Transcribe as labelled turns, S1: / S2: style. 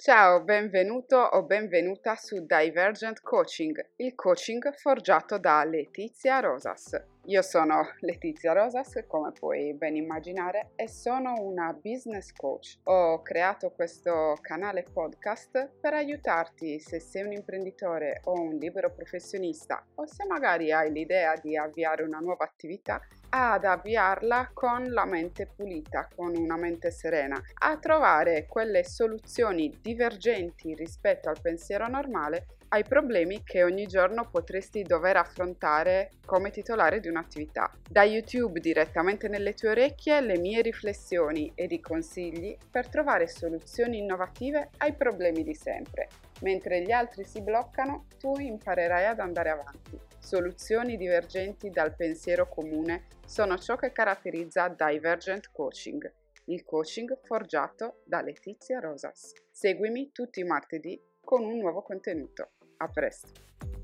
S1: Ciao, benvenuto o benvenuta su Divergent Coaching, il coaching forgiato da Letizia Rosas. Io sono Letizia Rosas, come puoi ben immaginare, e sono una business coach. Ho creato questo canale podcast per aiutarti se sei un imprenditore o un libero professionista o se magari hai l'idea di avviare una nuova attività, ad avviarla con la mente pulita, con una mente serena, a trovare quelle soluzioni divergenti rispetto al pensiero normale ai problemi che ogni giorno potresti dover affrontare come titolare di un'attività. Da YouTube direttamente nelle tue orecchie le mie riflessioni ed i consigli per trovare soluzioni innovative ai problemi di sempre. Mentre gli altri si bloccano, tu imparerai ad andare avanti. Soluzioni divergenti dal pensiero comune sono ciò che caratterizza Divergent Coaching, il coaching forgiato da Letizia Rosas. Seguimi tutti i martedì con un nuovo contenuto. A presto!